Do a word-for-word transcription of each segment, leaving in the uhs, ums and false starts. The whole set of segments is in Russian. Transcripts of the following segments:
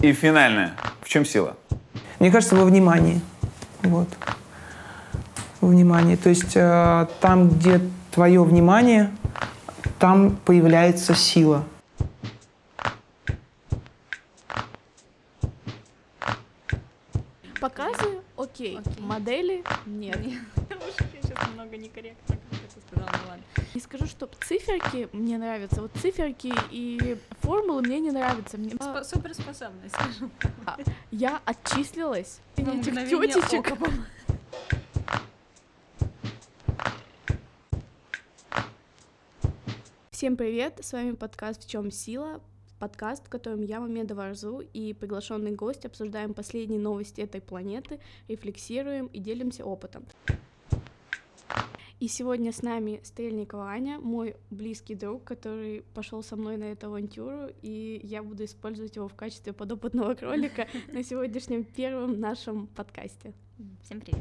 И финальное. В чем сила? Мне кажется, во внимании. Вот. Во внимании. То есть э, там, где твое внимание, там появляется сила. Показы окей. окей, модели нет. Нет, я сейчас немного некорректно как-то сказала, ну ладно. Не скажу, что циферки мне нравятся, вот циферки и формулы мне не нравятся. Мне... Спо- суперспособность, скажем. Я отчислилась. Во Этих мгновение тетечек. ока. Всем привет, с вами подкаст «В чем сила?», подкаст, в котором я, Мамедова Арзу, и приглашенный гость обсуждаем последние новости этой планеты, рефлексируем и делимся опытом. И сегодня с нами Стрельникова Аня, мой близкий друг, который пошел со мной на эту авантюру, и я буду использовать его в качестве подопытного кролика на сегодняшнем первом нашем подкасте. Всем привет.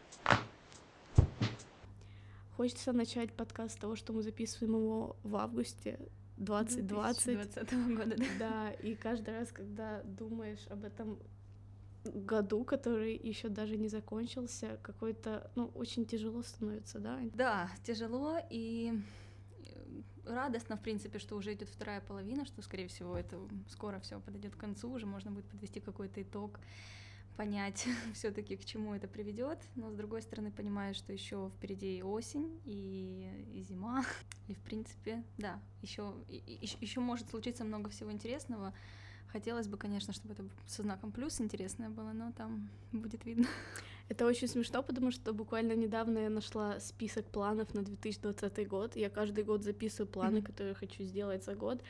Хочется начать подкаст с того, что мы записываем его в августе двадцать двадцать. две тысячи двадцатого года, да. Да, и каждый раз, когда думаешь об этом году, который еще даже не закончился, какой-то, ну, очень тяжело становится, да? Да, тяжело и радостно, в принципе, что уже идет вторая половина, что, скорее всего, это скоро все подойдет к концу, уже можно будет подвести какой-то итог, понять все-таки, к чему это приведет. Но с другой стороны, понимаю, что еще впереди и осень, и, и зима, и в принципе, да, еще еще может случиться много всего интересного. Хотелось бы, конечно, чтобы это со знаком плюс интересное было, но там будет видно. Это очень смешно, потому что буквально недавно я нашла список планов на две тысячи двадцатый год. Я каждый год записываю планы, mm-hmm. которые хочу сделать за год.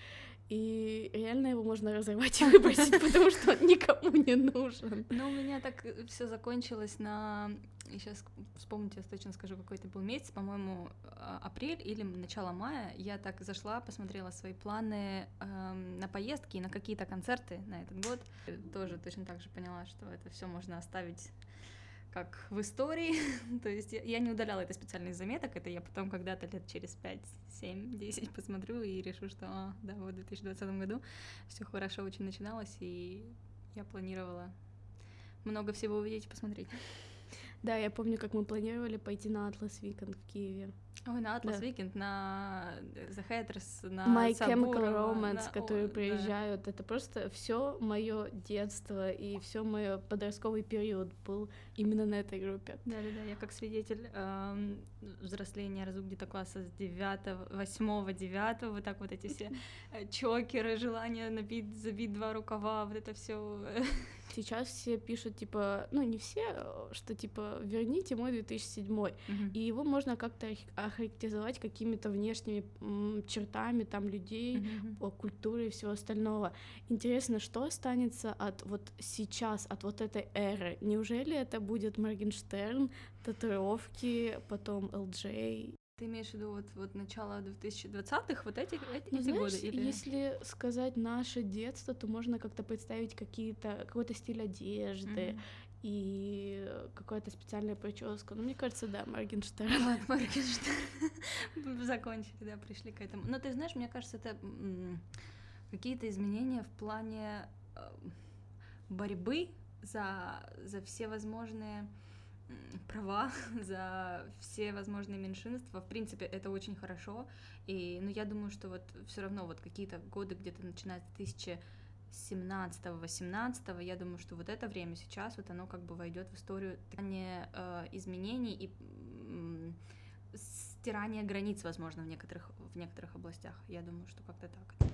И реально его можно разорвать и выбросить, потому что он никому не нужен. Но у меня так все закончилось на... И сейчас вспомните, я точно скажу, какой это был месяц, по-моему, апрель или начало мая. Я так зашла, посмотрела свои планы эм, на поездки и на какие-то концерты на этот год. Тоже точно так же поняла, что это все можно оставить как в истории. То есть я, я не удаляла это специально из заметок, это я потом когда-то лет через пять, семь, десять посмотрю и решу, что а, да, вот в две тысячи двадцатом году все хорошо очень начиналось, и я планировала много всего увидеть и посмотреть. Да, я помню, как мы планировали пойти на Atlas Weekend в Киеве. Ой, на Atlas да. Weekend, на The Hatters, на My Сабурова, Chemical Romance, на... которые О, приезжают, да. это просто все мое детство и все мое подростковый период был именно на этой группе. Да, да, да. Я как свидетель эм, взросления разу где-то класса с девятого, восьмого, девятого, вот так вот эти все чокеры, желание набить, забить два рукава, вот это все. Сейчас все пишут, типа, ну не все, что типа верните мой две тысячи седьмой, uh-huh. и его можно как-то охарактеризовать какими-то внешними м, чертами там людей, uh-huh. культуры и всего остального. Интересно, что останется от вот сейчас, от вот этой эры? Неужели это будет Моргенштерн, татуировки, потом эл джей? Ты имеешь в виду вот, вот начало двадцатых, вот эти, эти, ну, эти знаешь, годы? Или... если сказать наше детство, то можно как-то представить какие-то, какой-то стиль одежды, mm-hmm. и какая-то специальная прическа. Ну, мне кажется, да, Моргенштерн. Ладно, Моргенштерн. Закончили, да, пришли к этому. Но ты знаешь, мне кажется, это м- какие-то изменения в плане э, борьбы за, за все возможные права, за все возможные меньшинства. В принципе, это очень хорошо. И, ну, я думаю, что вот все равно вот какие-то годы, где-то начиная с две тысячи семнадцатого-восемнадцатого, я думаю, что вот это время сейчас, вот оно как бы войдет в историю стирания э, изменений и э, стирания границ, возможно, в некоторых, в некоторых областях. Я думаю, что как-то так.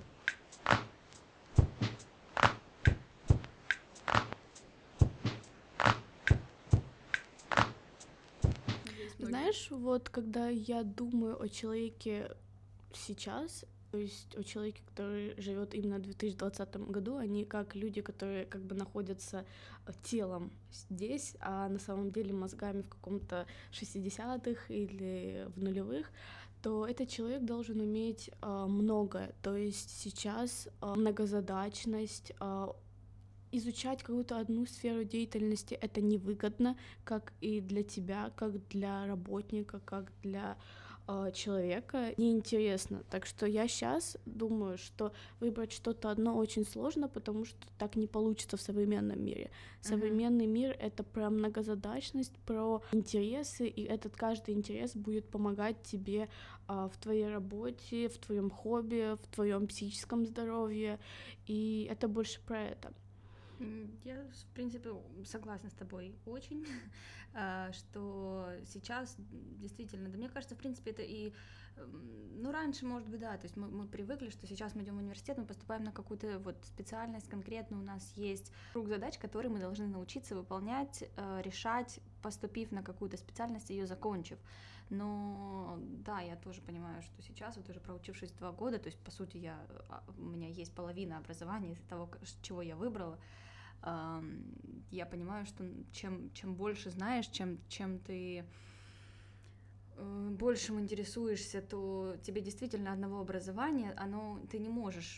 Знаешь, вот когда я думаю о человеке сейчас, то есть о человеке, который живет именно в две тысячи двадцатом году, они как люди, которые как бы находятся телом здесь, а на самом деле мозгами в каком-то шестидесятых или в нулевых, то этот человек должен уметь э, многое. То есть сейчас э, многозадачность, э, изучать какую-то одну сферу деятельности это невыгодно, как и для тебя, как для работника, как для э, человека неинтересно. Так что я сейчас думаю, что выбрать что-то одно очень сложно, потому что так не получится в современном мире. Современный mm-hmm. мир — это про многозадачность, про интересы, и этот каждый интерес будет помогать тебе э, в твоей работе, в твоем хобби, в твоем психическом здоровье, и это больше про это. Я, в принципе, согласна с тобой очень, что сейчас действительно, да мне кажется, в принципе, это и, ну, раньше, может быть, да, то есть мы, мы привыкли, что сейчас мы идем в университет, мы поступаем на какую-то вот специальность конкретно, у нас есть круг задач, которые мы должны научиться выполнять, решать, поступив на какую-то специальность, ее закончив. Но да, я тоже понимаю, что сейчас, вот уже проучившись два года, то есть, по сути, я, у меня есть половина образования из того, чего я выбрала, я понимаю, что чем, чем больше знаешь, чем, чем ты большим интересуешься, то тебе действительно одного образования, оно, ты не можешь,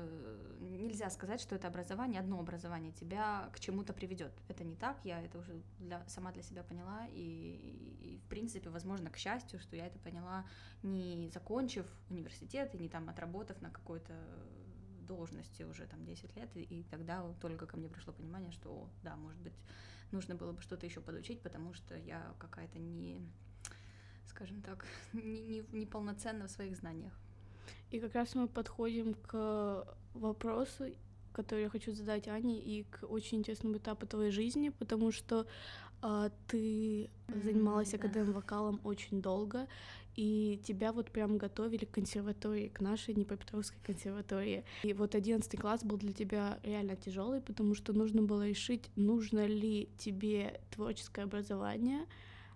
нельзя сказать, что это образование, одно образование тебя к чему-то приведет. Это не так, я это уже для, сама для себя поняла, и, и, в принципе, возможно, к счастью, что я это поняла, не закончив университет и не там отработав на какой-то должности уже там десять лет, и, и тогда только ко мне пришло понимание, что да, может быть, нужно было бы что-то еще подучить, потому что я какая-то не, скажем так, не, не, не полноценна в своих знаниях. И как раз мы подходим к вопросу, который я хочу задать Ане, и к очень интересному этапу твоей жизни, потому что а, ты mm-hmm, занималась да. академ-вокалом очень долго, и тебя вот прям готовили к консерватории, к нашей Днепропетровской консерватории. И вот одиннадцатый класс был для тебя реально тяжелый, потому что нужно было решить, нужно ли тебе творческое образование,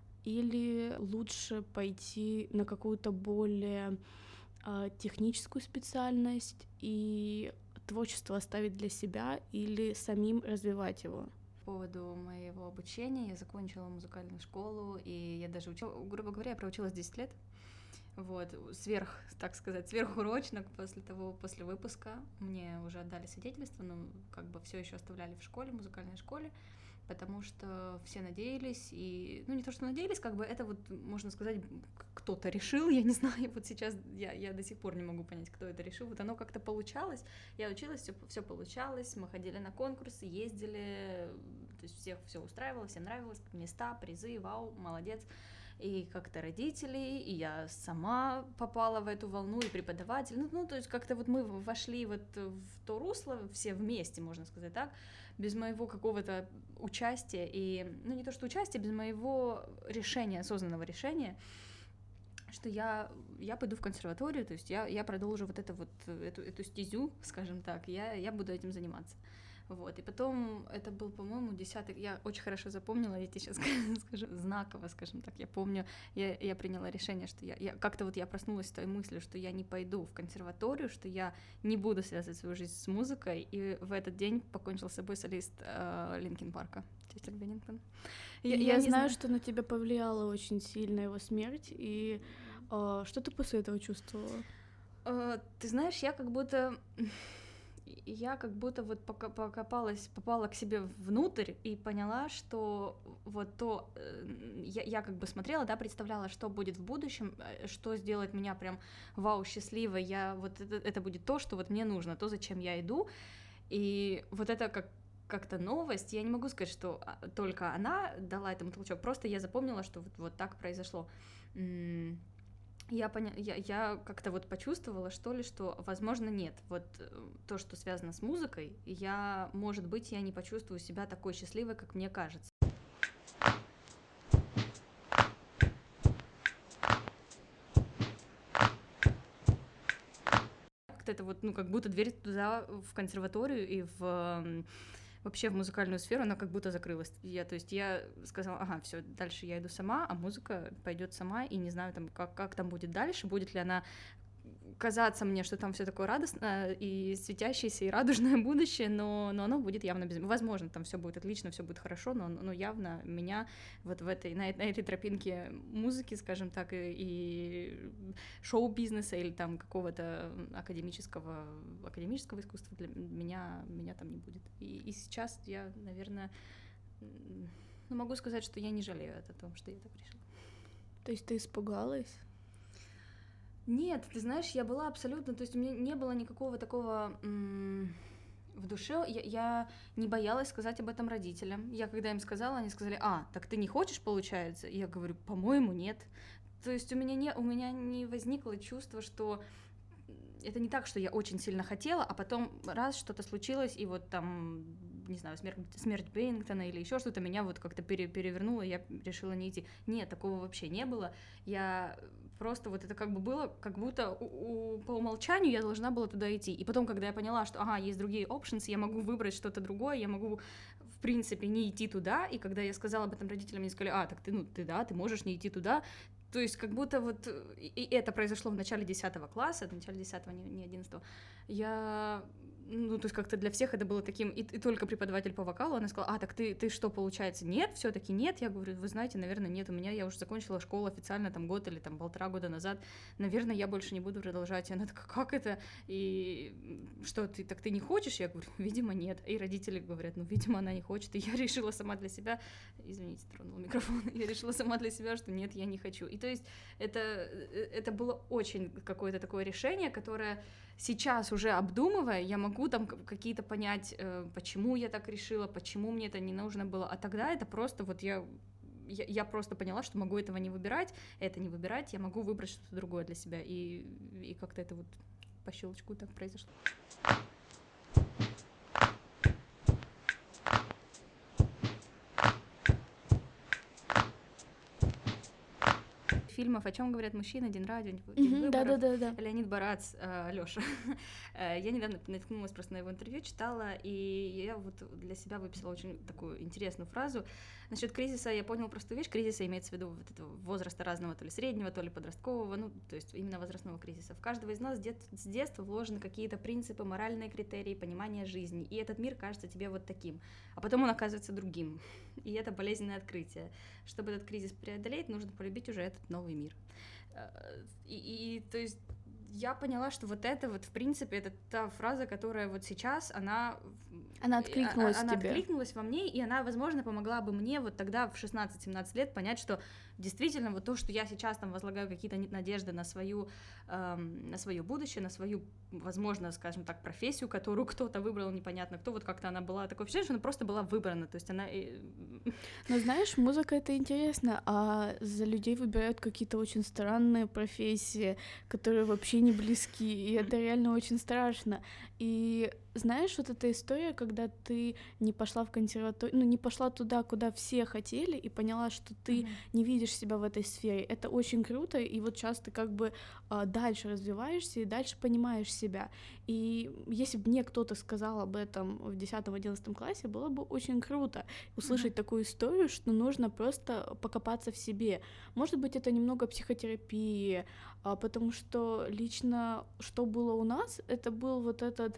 или лучше пойти на какую-то более э, техническую специальность и творчество оставить для себя или самим развивать его. По поводу моего обучения я закончила музыкальную школу, и я даже учила, грубо говоря, я проучилась десять лет, вот, сверх, так сказать, сверхурочно после того, после выпуска мне уже отдали свидетельство, но как бы все еще оставляли в школе, музыкальной школе, потому что все надеялись, и, ну, не то, что надеялись, как бы это вот, можно сказать, кто-то решил, я не знаю, вот сейчас я, я до сих пор не могу понять, кто это решил, вот оно как-то получалось, я училась, все, все получалось, мы ходили на конкурсы, ездили, то есть всех все устраивало, всем нравилось, места, призы, вау, молодец. И как-то родители, и я сама попала в эту волну, и преподаватель, ну, ну, то есть как-то вот мы вошли вот в то русло, все вместе, можно сказать так, без моего какого-то участия, и, ну, не то что участия, без моего решения, осознанного решения, что я, я пойду в консерваторию, то есть я, я продолжу вот, это вот эту, эту стезю, скажем так, я, я буду этим заниматься. Вот, и потом это был, по-моему, десятый, я очень хорошо запомнила, я тебе сейчас скажу, знаково, скажем так, я помню, я, я приняла решение, что я, я как-то вот я проснулась с той мыслью, что я не пойду в консерваторию, что я не буду связывать свою жизнь с музыкой, и в этот день покончил с собой солист э, Линкин Парка, Честер Беннингтон. Я, я, я знаю, знаю, что на тебя повлияла очень сильно его смерть, и э, что ты после этого чувствовала? Э, ты знаешь, я как будто... Я как будто вот покопалась, попала к себе внутрь и поняла, что вот то, я, я как бы смотрела, да, представляла, что будет в будущем, что сделает меня прям вау, счастливой, я, вот это, это будет то, что вот мне нужно, то, зачем я иду, и вот это как как-то новость, я не могу сказать, что только она дала этому толчок, просто я запомнила, что вот, вот так произошло. Я, поня... я, я как-то вот почувствовала, что ли, что, возможно, нет. Вот то, что связано с музыкой, я, может быть, я не почувствую себя такой счастливой, как мне кажется. Как-то это вот, ну, как будто дверь туда, в консерваторию и в... вообще в музыкальную сферу, она как будто закрылась. Я, то есть я сказала, ага, все, дальше я иду сама, а музыка пойдет сама, и не знаю, там, как, как там будет дальше, будет ли она казаться мне, что там все такое радостное и светящееся, и радужное будущее, но, но оно будет явно без... Возможно, там все будет отлично, все будет хорошо, но, но явно меня вот в этой, на, на этой тропинке музыки, скажем так, и, и шоу-бизнеса или там какого-то академического, академического искусства для меня, меня там не будет. И, и сейчас я, наверное, ну, могу сказать, что я не жалею о том, что я так решила. То есть ты испугалась? Нет, ты знаешь, я была абсолютно, то есть у меня не было никакого такого м, в душе, я, я не боялась сказать об этом родителям. Я когда им сказала, они сказали: а, так ты не хочешь, получается? И я говорю: по-моему, нет. То есть у меня не, у меня не возникло чувства, что это не так, что я очень сильно хотела, а потом раз что-то случилось, и вот там, не знаю, смерть, смерть Беннингтона или еще что-то меня вот как-то пере, перевернуло, и я решила не идти. Нет, такого вообще не было. Я просто вот это как бы было, как будто у, у, по умолчанию я должна была туда идти. И потом, когда я поняла, что, ага, есть другие options, я могу выбрать что-то другое, я могу, в принципе, не идти туда, и когда я сказала об этом родителям, они сказали: а, так ты, ну, ты, да, ты можешь не идти туда. То есть как будто вот, и это произошло в начале десятого класса, в начале десятого, не одиннадцатого, я, ну, то есть как-то для всех это было таким, и, и только преподаватель по вокалу, она сказала: а, так ты, ты что, получается, нет, все таки нет? Я говорю: вы знаете, наверное, нет, у меня, я уже закончила школу официально там год или там полтора года назад, наверное, я больше не буду продолжать. И она такая: как это? И что, ты, так ты не хочешь? Я говорю: видимо, нет. И родители говорят: ну, видимо, она не хочет. И я решила сама для себя, извините, тронула микрофон, я решила сама для себя, что нет, я не хочу. И то есть это, это было очень какое-то такое решение, которое сейчас уже обдумывая, я могу там какие-то понять, почему я так решила, почему мне это не нужно было, а тогда это просто вот я, я, я просто поняла, что могу этого не выбирать, это не выбирать, я могу выбрать что-то другое для себя, и, и как-то это вот по щелчку так произошло. Фильмов «О чем говорят мужчины», «День радио», «День Мгм, выборов», да-да-да-да. Леонид Барац, Лёша. Я недавно наткнулась просто на его интервью, читала, и я вот для себя выписала очень такую интересную фразу. Насчет кризиса я поняла простую вещь. Кризиса имеется в виду вот этого возраста разного, то ли среднего, то ли подросткового, ну, то есть именно возрастного кризиса. В каждого из нас с детства вложены какие-то принципы, моральные критерии, понимание жизни, и этот мир кажется тебе вот таким, а потом он оказывается другим. И это болезненное открытие. Чтобы этот кризис преодолеть, нужно полюбить уже этот новый мир. И, и то есть я поняла, что вот это вот, в принципе, это та фраза, которая вот сейчас, она... Она откликнулась она тебе. откликнулась во мне, и она, возможно, помогла бы мне вот тогда в шестнадцать-семнадцать лет понять, что действительно вот то, что я сейчас там возлагаю какие-то надежды на свою, эм, на свое будущее, на свою, возможно, скажем так, профессию, которую кто-то выбрал, непонятно кто, вот как-то она была, такое впечатление, что она просто была выбрана, то есть она... Но знаешь, музыка — это интересно, а за людей выбирают какие-то очень странные профессии, которые вообще не близки, и это реально очень страшно. И знаешь, вот эта история, когда ты не пошла в консерваторию, ну, не пошла туда, куда все хотели, и поняла, что ты mm-hmm. не видишь себя в этой сфере, это очень круто, и вот сейчас ты как бы а, дальше развиваешься и дальше понимаешь себя. И если бы мне кто-то сказал об этом в десятом-одиннадцатом классе, было бы очень круто услышать mm-hmm. такую историю, что нужно просто покопаться в себе. Может быть, это немного психотерапии, а, потому что лично, что было у нас, это был вот этот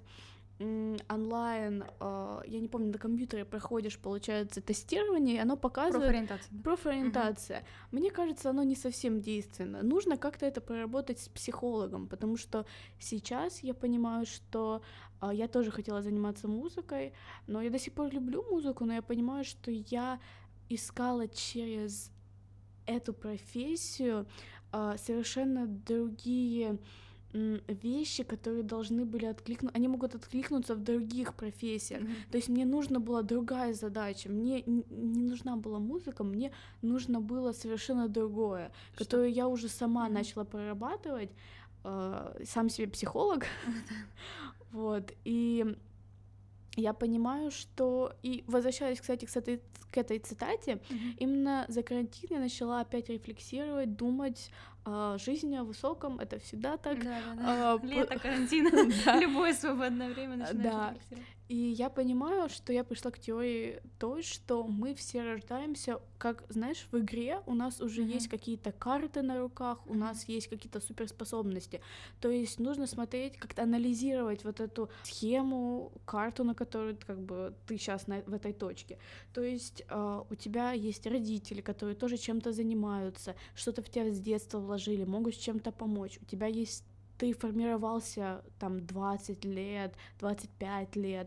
онлайн, я не помню, на компьютере проходишь, получается, тестирование, и оно показывает... Профориентация. Да? Профориентация. Угу. Мне кажется, оно не совсем действенно. Нужно как-то это проработать с психологом, потому что сейчас я понимаю, что я тоже хотела заниматься музыкой, но я до сих пор люблю музыку, но я понимаю, что я искала через эту профессию совершенно другие... вещи, которые должны были откликнуться, они могут откликнуться в других профессиях. Mm-hmm. То есть мне нужна была другая задача, мне не нужна была музыка, мне нужно было совершенно другое, что? Которое я уже сама mm-hmm. начала прорабатывать, э, сам себе психолог, вот, и я понимаю, что... И возвращаясь, кстати, к этой, к этой цитате, mm-hmm. именно за карантин я начала опять рефлексировать, думать о жизни, о высоком. Это всегда так. Да, да, да. А, лето, карантин, любое свободное время начинаешь рефлексировать. И я понимаю, что я пришла к теории той, что мы все рождаемся, как, знаешь, в игре у нас уже mm-hmm. есть какие-то карты на руках, у mm-hmm. нас есть какие-то суперспособности. То есть нужно смотреть, как-то анализировать вот эту схему, карту, на которой как бы ты сейчас на, в этой точке. То есть э, у тебя есть родители, которые тоже чем-то занимаются, что-то в тебя с детства вложили, могут с чем-то помочь. У тебя есть ты формировался там двадцать лет, двадцать пять лет,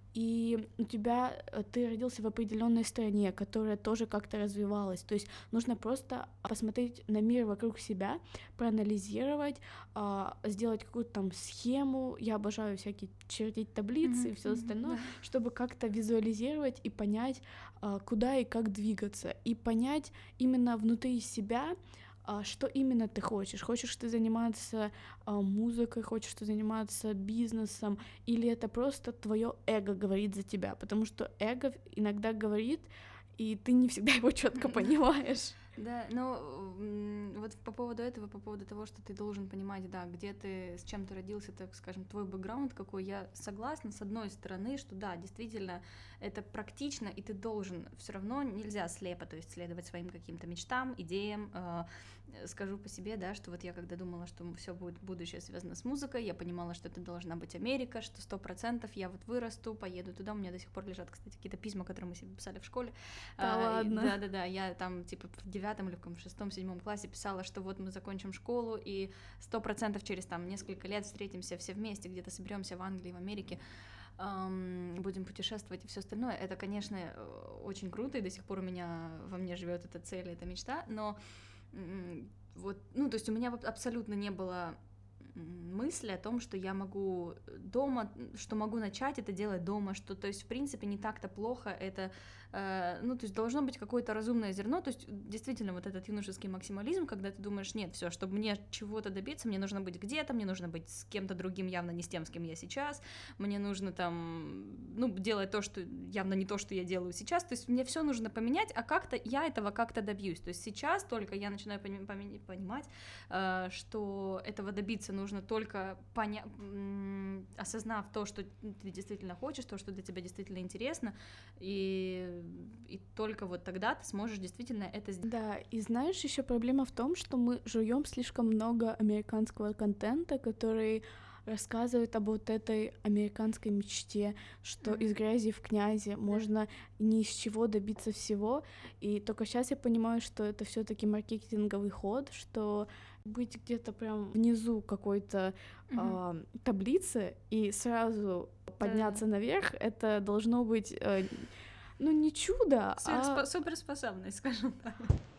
и у тебя, ты родился в определенной стране, которая тоже как-то развивалась. То есть нужно просто посмотреть на мир вокруг себя, проанализировать, сделать какую-то там схему. Я обожаю всякие чертить таблицы mm-hmm. и все остальное, mm-hmm. чтобы как-то визуализировать и понять, куда и как двигаться, и понять именно внутри себя, что именно ты хочешь. Хочешь ты заниматься а, музыкой, хочешь ты заниматься бизнесом, или это просто твое эго говорит за тебя, потому что эго иногда говорит, и ты не всегда его четко понимаешь. Да, но вот по поводу этого, по поводу того, что ты должен понимать, да, где ты, с чем ты родился, так скажем, твой бэкграунд какой, я согласна с одной стороны, что да, действительно, это практично, и ты должен, все равно нельзя слепо, то есть следовать своим каким-то мечтам, идеям. Э, скажу по себе, да, что вот я когда думала, что все будет будущее связано с музыкой, я понимала, что это должна быть Америка, что сто процентов я вот вырасту, поеду туда, у меня до сих пор лежат, кстати, какие-то письма, которые мы себе писали в школе. Да а, ладно? Да-да-да, я там типа в девятом или в каком шестом, седьмом классе писала, что вот мы закончим школу и сто процентов через там несколько лет встретимся все вместе, где-то соберемся в Англии, в Америке, эм, будем путешествовать и все остальное. Это, конечно, очень круто, и до сих пор у меня во мне живет эта цель, эта мечта, но м- вот, ну, то есть у меня абсолютно не было мысли о том, что я могу дома, что могу начать это делать дома, что, то есть, в принципе, не так-то плохо, это, э, ну, то есть, должно быть какое-то разумное зерно, то есть, действительно, вот этот юношеский максимализм, когда ты думаешь, нет, все, чтобы мне чего-то добиться, мне нужно быть где-то, мне нужно быть с кем-то другим, явно не с тем, с кем я сейчас, мне нужно там, ну, делать то, что явно не то, что я делаю сейчас, то есть, мне все нужно поменять, а как-то я этого как-то добьюсь, то есть, сейчас только я начинаю понимать, э, что этого добиться нужно нужно только поня... осознав то, что ты действительно хочешь, то, что для тебя действительно интересно, и, и только вот тогда ты сможешь действительно это сделать. Да, и знаешь, еще проблема в том, что мы жуем слишком много американского контента, который рассказывает об вот этой американской мечте, что mm-hmm. из грязи в князи можно ни из чего добиться всего, и только сейчас я понимаю, что это все-таки маркетинговый ход, что быть где-то прям внизу какой-то mm-hmm. э, таблицы и сразу подняться yeah. наверх, это должно быть, э, ну, не чудо, а... суперспособность, скажем так.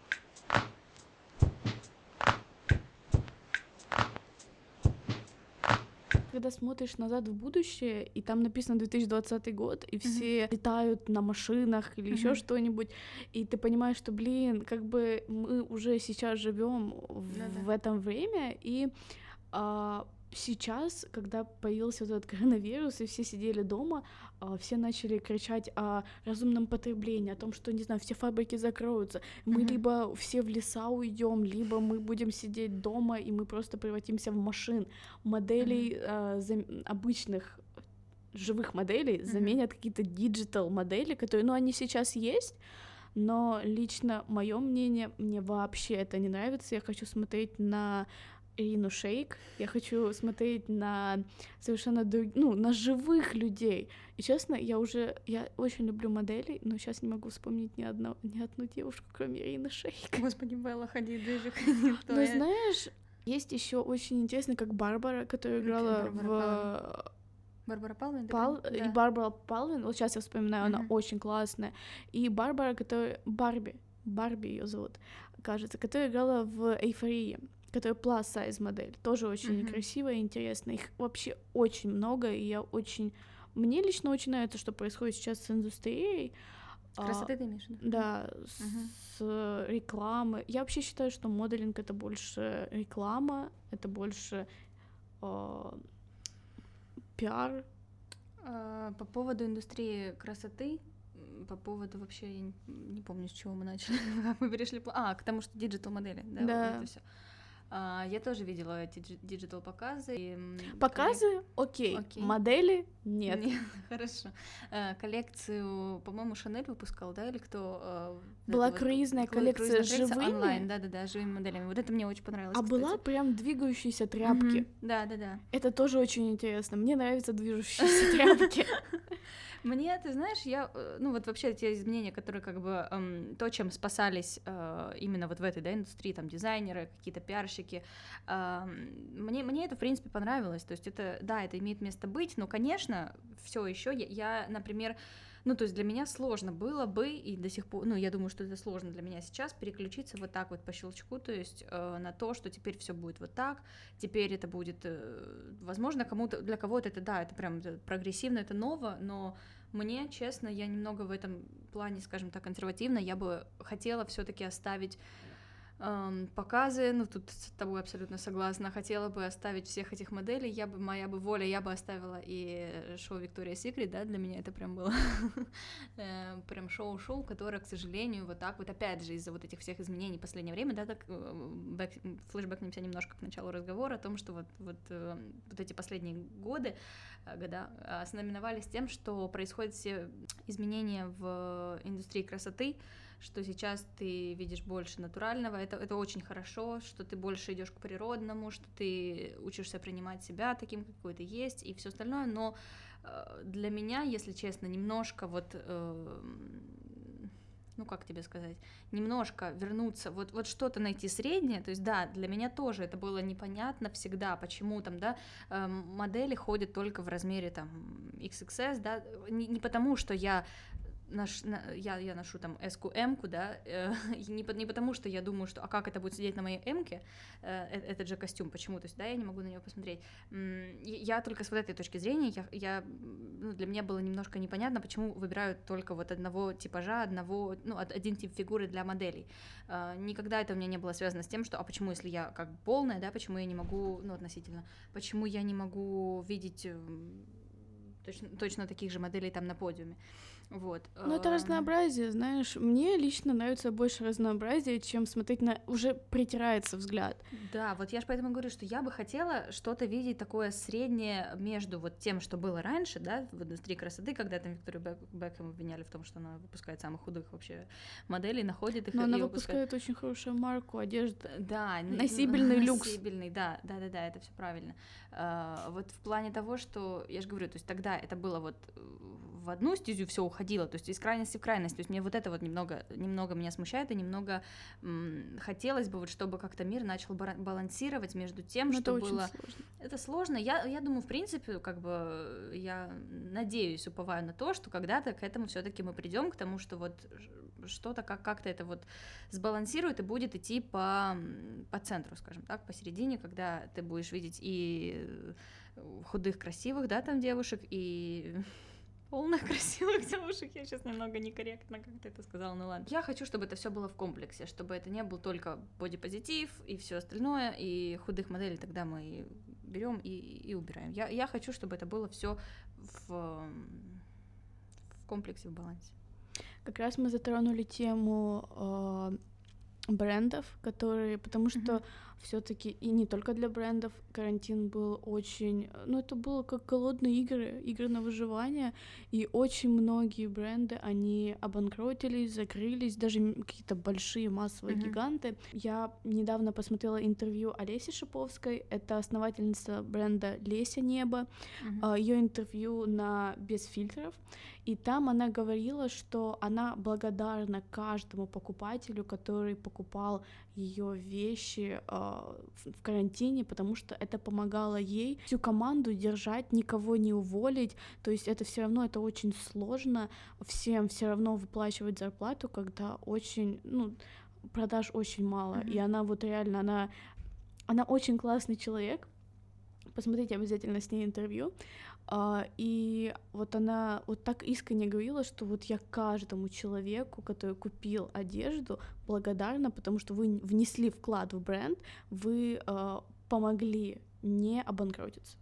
Когда смотришь назад в будущее, и там написано две тысячи двадцатый год, и все mm-hmm. летают на машинах или mm-hmm. еще что-нибудь, и ты понимаешь, что, блин, как бы мы уже сейчас живем в, mm-hmm. в этом время, и а, сейчас, когда появился вот этот коронавирус, и все сидели дома, а, все начали кричать о разумном потреблении, о том, что, не знаю, все фабрики закроются, мы mm-hmm. либо все в леса уйдем, либо мы будем сидеть дома, и мы просто превратимся в машин. Моделей mm-hmm. а, за... обычных живых моделей mm-hmm. заменят какие-то диджитал модели, которые, ну, они сейчас есть, но лично мое мнение, мне вообще это не нравится, я хочу смотреть на Ирину Шейк, я хочу смотреть на совершенно друг... ну, на живых людей. И честно, я уже, я очень люблю моделей, но сейчас не могу вспомнить ни одну, ни одну девушку, кроме Ирины Шейк. Господи, Белла Хадид, даже но знаешь, есть еще очень интересно, как Барбара, которая играла в... Барбара Палвин? Пал... Да. И Барбара Палвин, вот сейчас я вспоминаю, mm-hmm. она очень классная. И Барбара, которая... Барби, Барби ее зовут, кажется, которая играла в «Эйфории», которая plus-size модель, тоже очень mm-hmm. красивая и интересная. Их вообще очень много, и я очень... Мне лично очень нравится, что происходит сейчас с индустрией. Красоты ты имеешь в виду? Да, mm-hmm. с рекламы. Я вообще считаю, что моделинг — это больше реклама, это больше э, пиар. По поводу индустрии красоты, по поводу вообще, я не, не помню, с чего мы начали, как мы перешли... А, к тому, что диджитал-модели, да, да. Вот это всё. Uh, я тоже видела эти диджитал-показы. И... Показы? Коллек... Окей. Окей. Модели? Нет. Нет, хорошо. Uh, коллекцию, по-моему, Шанель выпускал, да, или кто? Uh, была круизная вот, коллекция с живыми? Онлайн, да-да-да, живыми моделями. Вот это мне очень понравилось, А кстати. была прям двигающиеся тряпки. Mm-hmm. Да-да-да. Это тоже очень интересно. Мне нравятся движущиеся тряпки. Мне, ты знаешь, я, ну вот вообще те изменения, которые как бы эм, то, чем спасались э, именно вот в этой, да, индустрии, там, дизайнеры, какие-то пиарщики, заказчики. Мне, мне это, в принципе, понравилось, то есть это, да, это имеет место быть, но, конечно, все еще я, я, например, ну, то есть для меня сложно было бы, и до сих пор, ну, я думаю, что это сложно для меня сейчас, переключиться вот так вот по щелчку, то есть э, на то, что теперь все будет вот так, теперь это будет, э, возможно, кому-то, для кого-то это, да, это прям это прогрессивно, это ново, но мне, честно, я немного в этом плане, скажем так, консервативно, я бы хотела все-таки оставить эм, показы, ну, тут с тобой абсолютно согласна, хотела бы оставить всех этих моделей, я бы, моя бы воля, я бы оставила и шоу Victoria's Secret, да, для меня это прям было прям шоу-шоу, которое, к сожалению, вот так вот, опять же, из-за вот этих всех изменений в последнее время, да, так флешбэкнемся немножко к началу разговора о том, что вот, вот, вот эти последние годы, года ознаменовались тем, что происходят все изменения в индустрии красоты, что сейчас ты видишь больше натурального, это, это очень хорошо, что ты больше идешь к природному, что ты учишься принимать себя таким, какой ты есть, и все остальное, но э, для меня, если честно, немножко вот, э, ну как тебе сказать, немножко вернуться, вот, вот что-то найти среднее, то есть да, для меня тоже это было непонятно всегда, почему там, да, э, модели ходят только в размере там икс икс эс, да, не, не потому, что я Наш, я, я ношу там эс-ку, эм-ку, да, э, не, не потому, что я думаю, что, а как это будет сидеть на моей эм-ке, э, этот же костюм, почему, то есть, да, я не могу на него посмотреть. Я только с вот этой точки зрения, я, я, ну, для меня было немножко непонятно, почему выбирают только вот одного типажа, одного, ну, один тип фигуры для моделей. Э, никогда это у меня не было связано с тем, что, а почему, если я как полная, да, почему я не могу, ну, относительно, почему я не могу видеть точно, точно таких же моделей там на подиуме. Вот. Ну, это разнообразие, знаешь, мне лично нравится больше разнообразия, чем смотреть на... уже притирается взгляд. Да, вот я же поэтому говорю, что я бы хотела что-то видеть такое среднее между вот тем, что было раньше, да, в индустрии красоты, когда там Викторию Бек- Бекхэм обвиняли в том, что она выпускает самых худых вообще моделей, находит их. Но и она выпускает... выпускает очень хорошую марку одежды. Да, носибельный люкс. Носибельный, да, да, да, да, это все правильно. А, вот в плане того, что, я же говорю, то есть тогда это было вот в одну стезю все уходило, то есть из крайности в крайность, то есть мне вот это вот немного, немного меня смущает, и немного м, хотелось бы вот, чтобы как-то мир начал балансировать между тем, но что это было... Очень сложно. Это сложно, я, я думаю, в принципе, как бы, я надеюсь, уповаю на то, что когда-то к этому все-таки мы придем, к тому, что вот что-то как- как-то это вот сбалансирует и будет идти по, по центру, скажем так, посередине, когда ты будешь видеть и худых, красивых, да, там девушек, и... полных красивых девушек, я сейчас немного некорректно как-то это сказала, ну ладно. Я хочу, чтобы это все было в комплексе, чтобы это не был только бодипозитив и все остальное, и худых моделей тогда мы берем и, и убираем. Я, я хочу, чтобы это было все в, в комплексе, в балансе. Как раз мы затронули тему э, брендов, которые, потому что mm-hmm. все-таки и не только для брендов карантин был очень, ну это было как голодные игры, игры на выживание, и очень многие бренды, они обанкротились, закрылись, даже какие-то большие массовые mm-hmm. гиганты. Я недавно посмотрела интервью Олеси Шиповской, это основательница бренда Леся Небо, mm-hmm. ее интервью на Без фильтров, и там она говорила, что она благодарна каждому покупателю, который покупал ее вещи э, в, в карантине, потому что это помогало ей всю команду держать, никого не уволить. То есть это все равно это очень сложно всем все равно выплачивать зарплату, когда очень, ну, продаж очень мало. Mm-hmm. И она вот реально, она, она очень классный человек. Посмотрите обязательно с ней интервью. Uh, и вот она вот так искренне говорила, что вот я каждому человеку, который купил одежду, благодарна, потому что вы внесли вклад в бренд, вы uh, помогли не обанкротиться.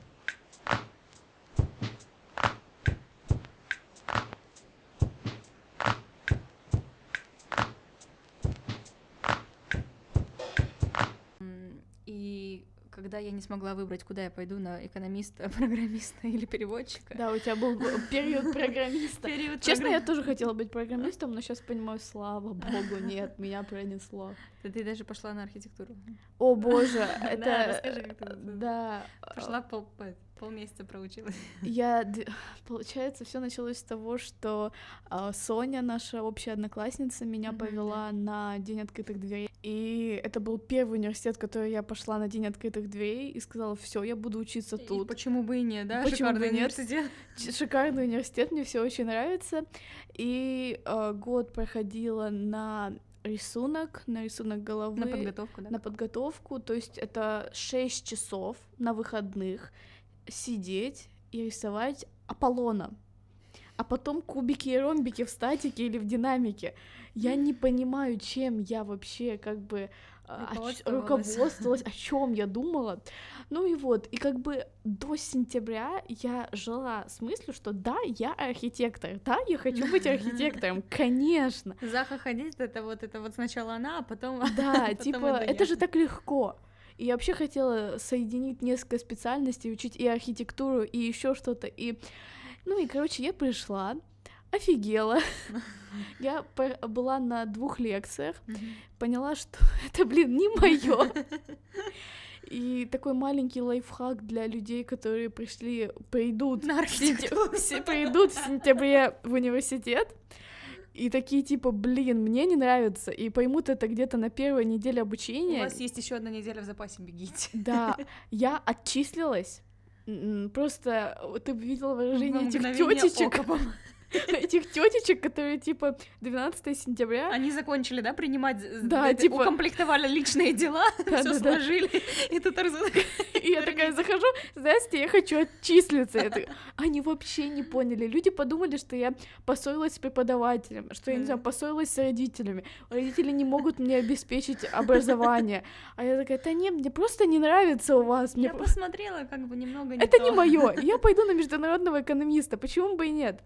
И когда я не смогла выбрать, куда я пойду, на экономиста, программиста или переводчика. Да, у тебя был период программиста. Период Честно, программ... я тоже хотела быть программистом, но сейчас понимаю, слава богу, нет, меня пронесло. Да ты даже пошла на архитектуру. О боже, это... Да, расскажи, как ты... Да. Пошла по Полмесяца проучилась. Я, д- получается, все началось с того, что а, Соня, наша общая одноклассница, меня Мгм, повела на День открытых дверей. И это был первый университет, в который я пошла на День открытых дверей и сказала, все, я буду учиться И тут. почему бы и нет, да? Почему бы Шикарный и нет? университет. Ч- Шикарный университет, мне все очень нравится. И а, год проходила на рисунок, на рисунок головы. На подготовку, да? На подготовку, то есть это шесть часов на выходных сидеть и рисовать Аполлона, а потом кубики и ромбики в статике или в динамике. Я не понимаю, чем я вообще как бы а, о ч- Руководствовалась. руководствовалась, о чем я думала. Ну и вот, и как бы до сентября я жила с мыслью, что да, я архитектор, да, я хочу быть архитектором, конечно. Заха ходить, это вот это вот сначала она, а потом... Да, потом типа, это это я. же так легко. И я вообще хотела соединить несколько специальностей, учить и архитектуру, и еще что-то. И, ну и, короче, я пришла, офигела. Я пор- была на двух лекциях, Мгм. поняла, что это, блин, не мое. И такой маленький лайфхак для людей, которые пришли, придут, На в сентя- архитектуру. все придут в сентябре в университет, и такие типа, блин, мне не нравится, и поймут это где-то на первой неделе У обучения. вас есть еще одна неделя в запасе, бегите. Да, я отчислилась. М, Просто э, ты бы видела выражение Во этих мгновение тетечек, ока, по-моему. этих тетечек, которые типа двенадцатого сентября. Они закончили, да, принимать, з- Да, это, типа- укомплектовали личные дела, все Да-да-да. сложили, и тут разу- И я такая захожу, здрасте, я хочу отчислиться. Я такая, они вообще не поняли. Люди подумали, что я поссорилась с преподавателем, что я, не знаю, поссорилась с родителями. Родители не могут мне обеспечить образование. А я такая, да нет, мне просто не нравится у вас. Мне Я про- посмотрела, как бы немного не Это то. не мое. Я пойду на международного экономиста. Почему бы и нет?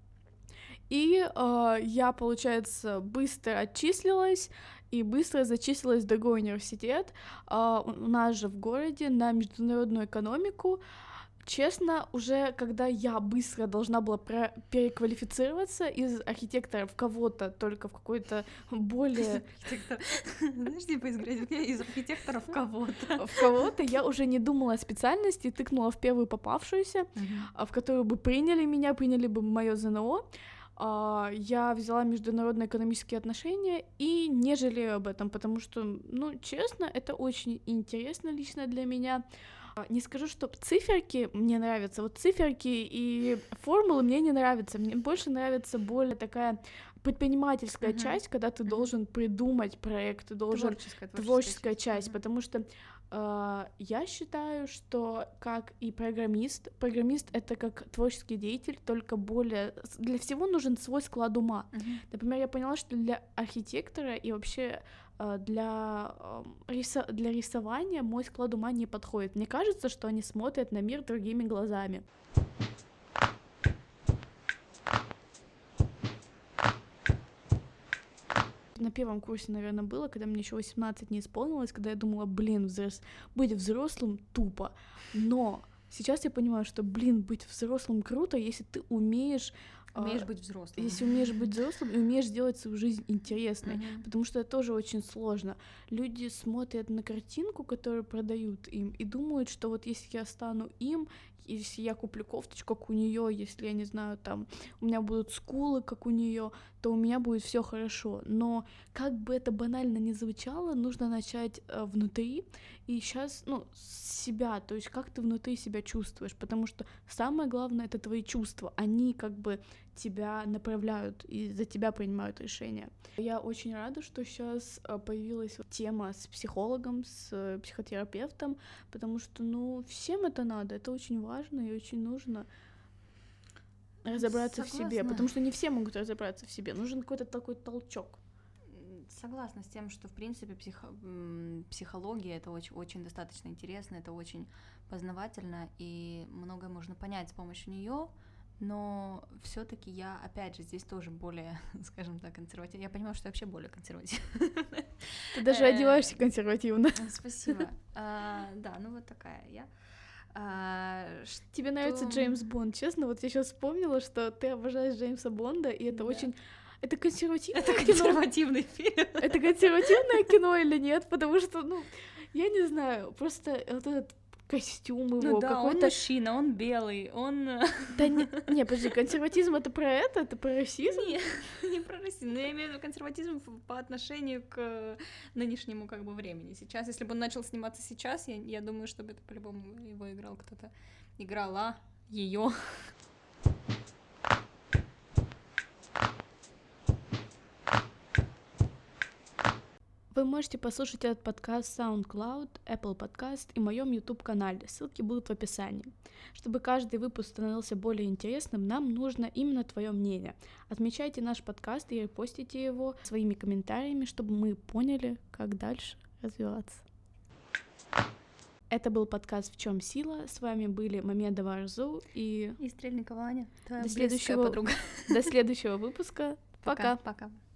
И э, я, получается, быстро отчислилась и быстро зачислилась в другой университет. Э, у у нас же в городе на международную экономику. Честно, уже когда я быстро должна была про- переквалифицироваться из архитектора в кого-то, только в какой-то более Архитектор. Знаешь, типа из грязи из архитектора в кого-то. в кого-то, я уже не думала о специальности, тыкнула в первую попавшуюся, а, в которую бы приняли меня, приняли бы мое ЗНО. А, Я взяла международные экономические отношения и не жалею об этом, потому что, ну, честно, это очень интересно лично для меня. А, Не скажу, что циферки мне нравятся. Вот циферки и формулы мне не нравятся. Мне больше нравится более такая предпринимательская Мгм. часть, когда ты Мгм. должен придумать проект, ты должен Творческая, творческая часть, Мгм. потому что э, я считаю, что как и программист, программист это как творческий деятель, только более с- для всего нужен свой склад ума. Мгм. Например, я поняла, что для архитектора и вообще э, для, э, риса- для рисования мой склад ума не подходит. Мне кажется, что они смотрят на мир другими глазами. На первом курсе, наверное, было, когда мне еще восемнадцать не исполнилось, когда я думала, блин, взрос... быть взрослым тупо. Но сейчас я понимаю, что, блин, быть взрослым круто, если ты умеешь... э, Умеешь быть взрослым. Если умеешь быть взрослым и умеешь сделать свою жизнь интересной, Мгм. потому что это тоже очень сложно. Люди смотрят на картинку, которую продают им, и думают, что вот если я стану им, если я куплю кофточку, как у нее, если я не знаю, там у меня будут скулы, как у нее, то у меня будет все хорошо. Но как бы это банально ни звучало, нужно начать э, внутри, и сейчас, ну, с себя, то есть как ты внутри себя чувствуешь, потому что самое главное — это твои чувства, они как бы тебя направляют и за тебя принимают решения. Я очень рада, что сейчас появилась вот тема с психологом, с э, психотерапевтом, потому что, ну, всем это надо, это очень важно и очень нужно разобраться в себе, Согласна. потому что не все могут разобраться в себе, нужен какой-то такой толчок. М, Согласна с тем, что, в принципе, психо- м, психология — это очень, очень достаточно интересно, это очень познавательно, и многое можно понять с помощью нее. Но все-таки я, опять же, здесь тоже более, скажем так, консервативна. Я понимаю, что я вообще более консервативна. Ты даже Э, одеваешься консервативно. Спасибо. А, Да, ну вот такая я. А, ш- Тебе нравится Что? Джеймс Бонд, честно? Вот я сейчас вспомнила, что ты обожаешь Джеймса Бонда, и это Да. очень... Это консервативное Это кино. консервативный фильм. Это консервативное кино или нет? Потому что, ну, я не знаю, просто вот этот костюм его, Ну да, он какой-то... мужчина, он белый, он... Да не, не, подожди, консерватизм — это про это? Это про расизм? Не, не про расизм, но я имею в виду консерватизм в- по отношению к нынешнему как бы времени. Сейчас, если бы он начал сниматься сейчас, я, я думаю, чтобы это по-любому его играл кто-то. Играла ее. Вы можете послушать этот подкаст в SoundCloud, Apple Podcast и моем YouTube-канале. Ссылки будут в описании. Чтобы каждый выпуск становился более интересным, нам нужно именно твое мнение. Отмечайте наш подкаст и репостите его своими комментариями, чтобы мы поняли, как дальше развиваться. Это был подкаст «В чем сила?». С вами были Мамедова Арзу и... И Стрельникова Аня, твоя До близкая следующего... подруга. До следующего выпуска. Пока. Пока.